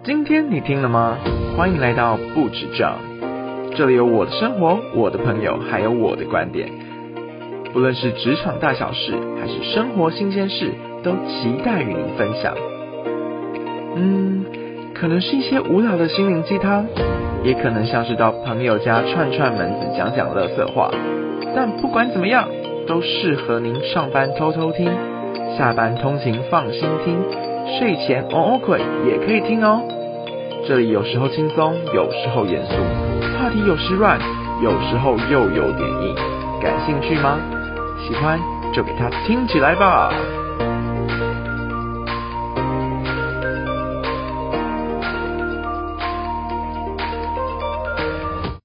今天你听了吗？欢迎来到不止这样，这里有我的生活，我的朋友，还有我的观点。不论是职场大小事，还是生活新鲜事，都期待与您分享。可能是一些无聊的心灵鸡汤，也可能像是到朋友家串串门子，讲讲垃圾话。但不管怎么样，都适合您上班偷偷听，下班通勤放心听，睡前偶尔也可以听哦。这里有时候轻松，有时候严肃，话题有时软，有时候又有点硬。感兴趣吗？喜欢就给它听起来吧。